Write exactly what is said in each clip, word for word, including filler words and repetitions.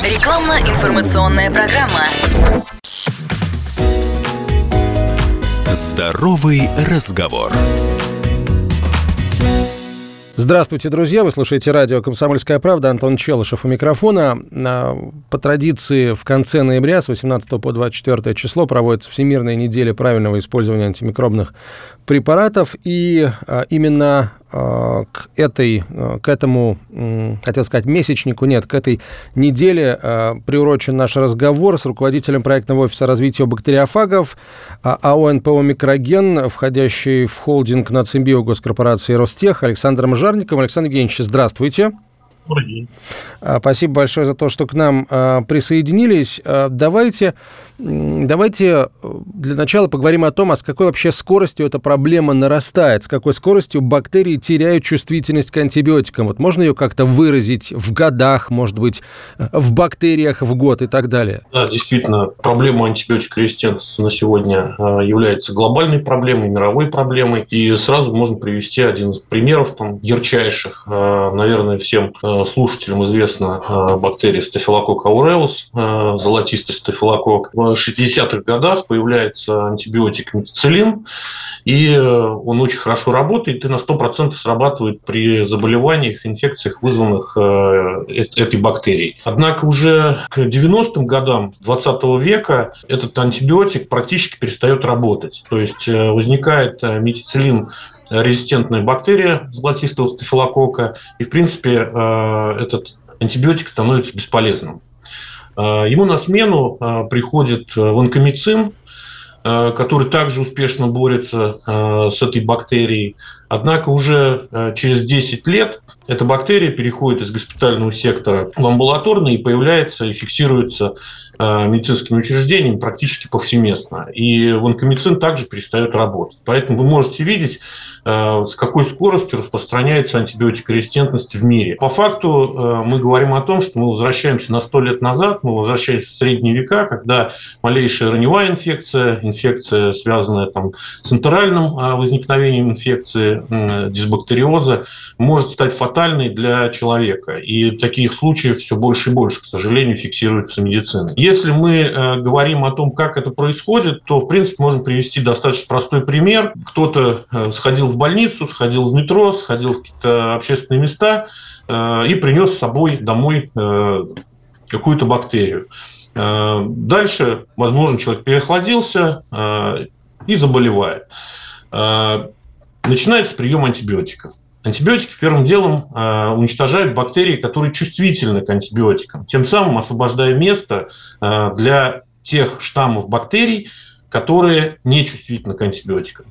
Рекламно-информационная программа. Здоровый разговор. Здравствуйте, друзья! Вы слушаете радио «Комсомольская правда». Антон Челышев у микрофона. По традиции в конце ноября с восемнадцатого по двадцать четвёртое число проводится Всемирная неделя правильного использования антимикробных препаратов. И именно к этой, к этому, хотел сказать, месячнику, нет, к этой неделе приурочен наш разговор с руководителем проектного офиса развития бактериофагов АО эн пэ о «Микроген», входящий в холдинг Нацимбио госкорпорации «Ростех», Александром Жарниковым. Александр Евгеньевич, здравствуйте. Добрый день. Спасибо большое за то, что к нам присоединились. Давайте, давайте для начала поговорим о том, а с какой вообще скоростью эта проблема нарастает, с какой скоростью бактерии теряют чувствительность к антибиотикам. Вот можно ее как-то выразить в годах, может быть, в бактериях в год и так далее? Да, действительно, проблема антибиотикорезистентности на сегодня является глобальной проблемой, мировой проблемой. И сразу можно привести один из примеров там, ярчайших. Наверное, всем слушателям известна бактерия Staphylococcus aureus, золотистый стафилококк. В шестидесятых годах появляется антибиотик метицилин, и он очень хорошо работает и на сто процентов срабатывает при заболеваниях, инфекциях, вызванных этой бактерией. Однако уже к девяностым годам двадцатого века этот антибиотик практически перестает работать. То есть возникает метицилин резистентная бактерия золотистого стафилококка, и, в принципе, этот антибиотик становится бесполезным. Ему на смену приходит ванкомицин, который также успешно борется с этой бактерией. Однако уже через десять лет эта бактерия переходит из госпитального сектора в амбулаторный и появляется и фиксируется медицинскими учреждениями практически повсеместно. И ванкомицин также перестает работать. Поэтому вы можете видеть, с какой скоростью распространяется антибиотикорезистентность в мире. По факту мы говорим о том, что мы возвращаемся на сто лет назад, мы возвращаемся в средние века, когда малейшая раневая инфекция, инфекция, связанная там, с энтеральным возникновением инфекции, дисбактериоза, может стать фатальной для человека. И таких случаев все больше и больше, к сожалению, фиксируется медициной. Если мы говорим о том, как это происходит, то, в принципе, можем привести достаточно простой пример. Кто-то сходил в больницу, сходил в метро, сходил в какие-то общественные места и принес с собой домой какую-то бактерию. Дальше, возможно, человек переохладился и заболевает. Начинается прием антибиотиков. Антибиотики первым делом уничтожают бактерии, которые чувствительны к антибиотикам, тем самым освобождая место для тех штаммов бактерий, которые не чувствительны к антибиотикам.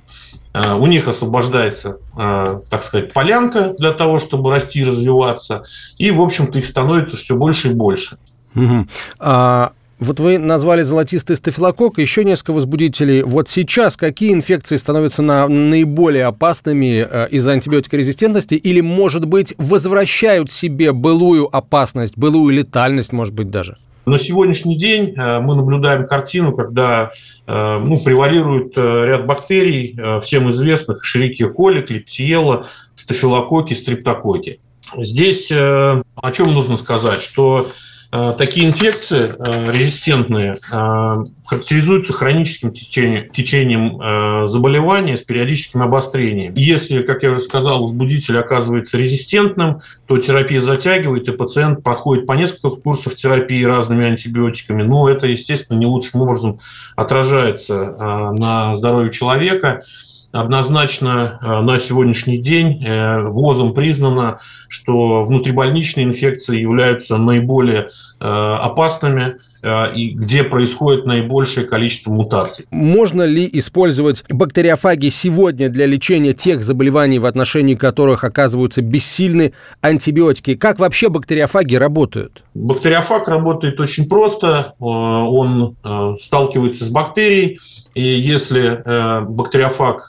У них освобождается, так сказать, полянка для того, чтобы расти и развиваться, и, в общем-то, их становится все больше и больше. Угу. А... Вот вы назвали золотистый стафилококк, еще несколько возбудителей. Вот сейчас какие инфекции становятся на, наиболее опасными э, из-за антибиотикорезистентности или, может быть, возвращают себе былую опасность, былую летальность, может быть, даже? На сегодняшний день мы наблюдаем картину, когда ну, превалирует ряд бактерий, всем известных: Escherichia coli, Klebsiella, стафилококки, стрептококки. Здесь о чем нужно сказать, что такие инфекции резистентные характеризуются хроническим течением, течением заболевания с периодическим обострением. Если, как я уже сказал, возбудитель оказывается резистентным, то терапия затягивает, и пациент проходит по несколько курсов терапии разными антибиотиками. Но это, естественно, не лучшим образом отражается на здоровье человека. Однозначно на сегодняшний день ВОЗом признано, что внутрибольничные инфекции являются наиболее опасными и где происходит наибольшее количество мутаций. Можно ли использовать бактериофаги сегодня для лечения тех заболеваний, в отношении которых оказываются бессильны антибиотики? Как вообще бактериофаги работают? Бактериофаг работает очень просто. Он сталкивается с бактерией, и если бактериофаг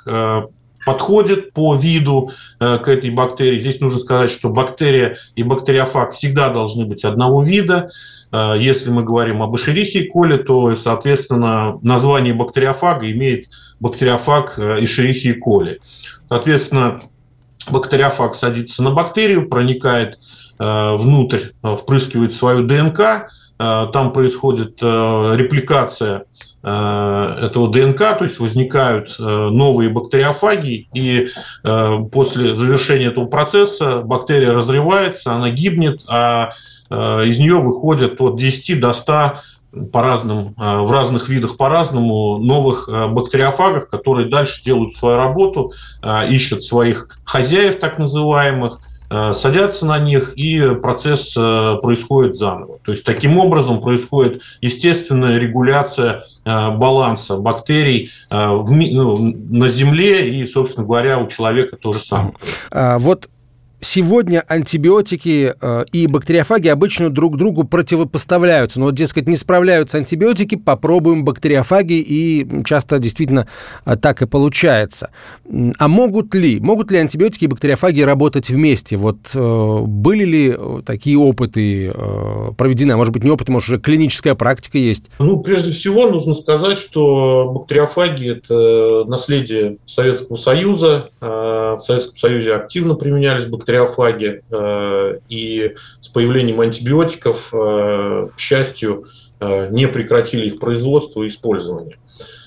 подходит по виду к этой бактерии, здесь нужно сказать, что бактерия и бактериофаг всегда должны быть одного вида. Если мы говорим об Escherichia coli, то, соответственно, название бактериофага имеет бактериофаг Escherichia coli. Соответственно, бактериофаг садится на бактерию, проникает внутрь, впрыскивает свою ДНК, там происходит репликация этого ДНК, то есть возникают новые бактериофаги, и после завершения этого процесса бактерия разрывается, она гибнет, а из нее выходят от десяти до ста по разным, в разных видах по-разному новых бактериофагов, которые дальше делают свою работу, ищут своих хозяев так называемых, садятся на них, и процесс происходит заново. То есть таким образом происходит естественная регуляция баланса бактерий в, ну, на Земле и, собственно говоря, у человека то же самое. А, вот сегодня антибиотики э, и бактериофаги обычно друг другу противопоставляются. Но, вот, дескать, не справляются антибиотики, попробуем бактериофаги, и часто действительно э, так и получается. А могут ли, могут ли антибиотики и бактериофаги работать вместе? Вот э, были ли такие опыты э, проведены? А может быть, не опыты, может, уже клиническая практика есть? Ну, прежде всего, нужно сказать, что бактериофаги – это наследие Советского Союза. В Советском Союзе активно применялись бактериофаги. Бактериофаги, и с появлением антибиотиков, к счастью, не прекратили их производство и использование.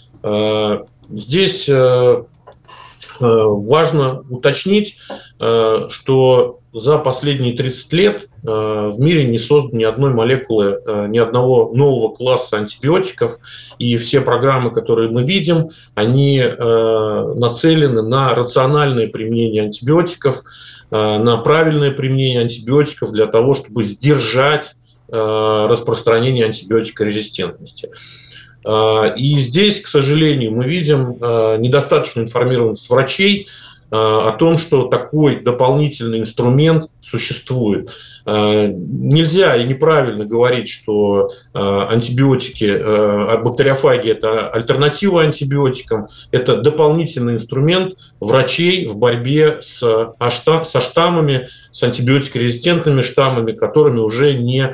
Здесь важно уточнить, что за последние тридцать лет в мире не создано ни одной молекулы, ни одного нового класса антибиотиков, и все программы, которые мы видим, они нацелены на рациональное применение антибиотиков, на правильное применение антибиотиков для того, чтобы сдержать распространение антибиотикорезистентности. И здесь, к сожалению, мы видим недостаточную информированность врачей о том, что такой дополнительный инструмент существует. Нельзя и неправильно говорить, что антибиотики, бактериофаги – это альтернатива антибиотикам, это дополнительный инструмент врачей в борьбе с, со штаммами, с антибиотикорезистентными штаммами, которыми уже не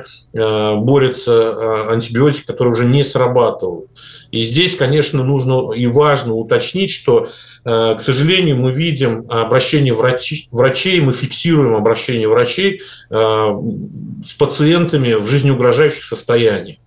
борются антибиотики, которые уже не срабатывают. И здесь, конечно, нужно и важно уточнить, что, к сожалению, мы видим обращение врачей, врачей, мы фиксируем обращение врачей с пациентами в жизнеугрожающих состояниях.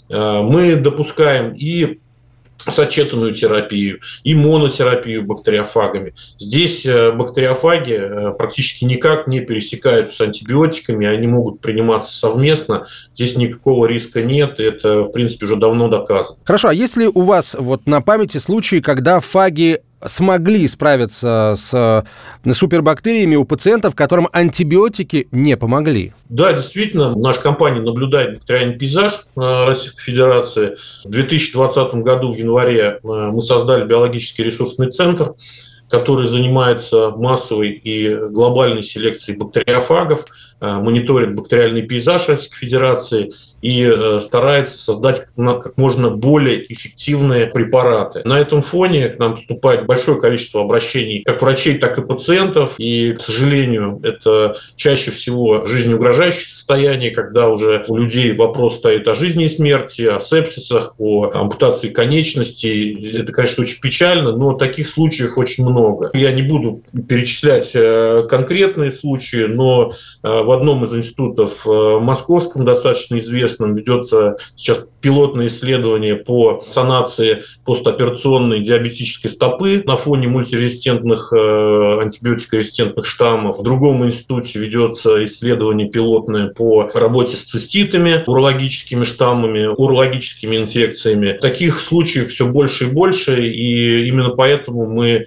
Мы допускаем и сочетанную терапию, и монотерапию бактериофагами. Здесь бактериофаги практически никак не пересекаются с антибиотиками, они могут приниматься совместно, здесь никакого риска нет, это, в принципе, уже давно доказано. Хорошо, а есть ли у вас вот на памяти случаи, когда фаги смогли справиться с супербактериями у пациентов, которым антибиотики не помогли? Да, действительно, наша компания наблюдает бактериальный пейзаж Российской Федерации. В две тысячи двадцатом году в январе мы создали биологический ресурсный центр, который занимается массовой и глобальной селекцией бактериофагов, мониторит бактериальный пейзаж Российской Федерации и старается создать как можно более эффективные препараты. На этом фоне к нам поступает большое количество обращений как врачей, так и пациентов. И, к сожалению, это чаще всего жизнеугрожающее состояние, когда уже у людей вопрос стоит о жизни и смерти, о сепсисах, о ампутации конечностей. Это, конечно, очень печально, но таких случаев очень много. Я не буду перечислять конкретные случаи, но в одном из институтов московском, достаточно известном, ведется сейчас пилотное исследование по санации постоперационной диабетической стопы на фоне мультирезистентных, антибиотикорезистентных штаммов. В другом институте ведется исследование пилотное по работе с циститами, урологическими штаммами, урологическими инфекциями. Таких случаев все больше и больше, и именно поэтому мы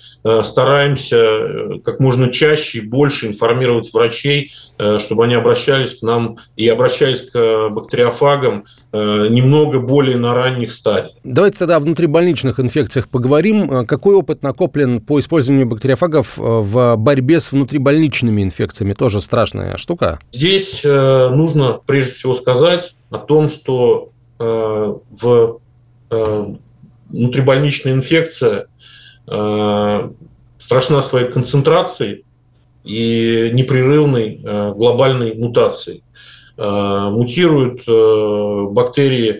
стараемся как можно чаще и больше информировать врачей, чтобы они обращались к нам и обращались к бактериофагам немного более на ранних стадиях. Давайте тогда о внутрибольничных инфекциях поговорим. Какой опыт накоплен по использованию бактериофагов в борьбе с внутрибольничными инфекциями? Тоже страшная штука. Здесь нужно прежде всего сказать о том, что в внутрибольничная инфекция страшна своей концентрацией и непрерывной глобальной мутацией. Мутируют бактерии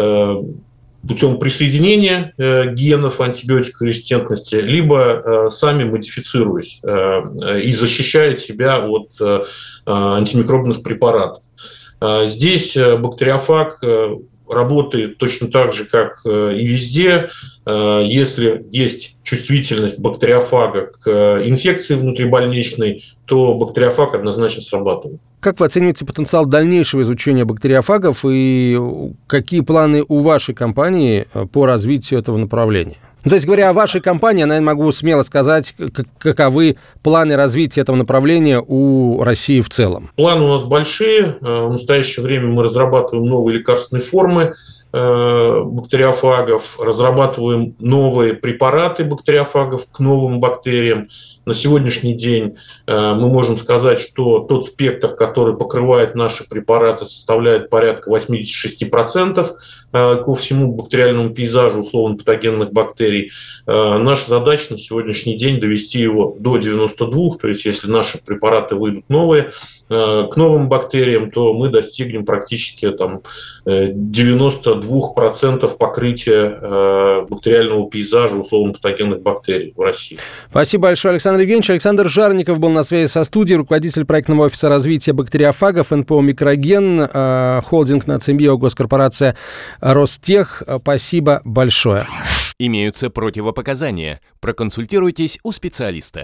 путем присоединения генов антибиотикорезистентности, либо сами модифицируясь и защищают себя от антимикробных препаратов. Здесь бактериофаг работает точно так же, как и везде. Если есть чувствительность бактериофага к инфекции внутрибольничной, то бактериофаг однозначно срабатывает. Как вы оцениваете потенциал дальнейшего изучения бактериофагов и какие планы у вашей компании по развитию этого направления? Ну, то есть, говоря о вашей компании, я, наверное, могу смело сказать, каковы планы развития этого направления у России в целом. Планы у нас большие. В настоящее время мы разрабатываем новые лекарственные формы бактериофагов, разрабатываем новые препараты бактериофагов к новым бактериям. На сегодняшний день мы можем сказать, что тот спектр, который покрывает наши препараты, составляет порядка восемьдесят шесть процентов ко всему бактериальному пейзажу условно-патогенных бактерий. Наша задача на сегодняшний день довести его до девяноста двух, то есть если наши препараты выйдут новые, к новым бактериям, то мы достигнем практически там, девяноста двух процентов покрытия бактериального пейзажа условно-патогенных бактерий в России. Спасибо большое, Александр Евгеньевич. Александр Жарников был на связи со студией, руководитель проектного офиса развития бактериофагов эн пэ о «Микроген», холдинг Нацимбио, госкорпорация Ростех. Спасибо большое. Имеются противопоказания. Проконсультируйтесь у специалиста.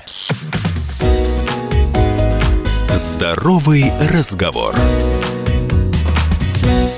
Здоровый разговор.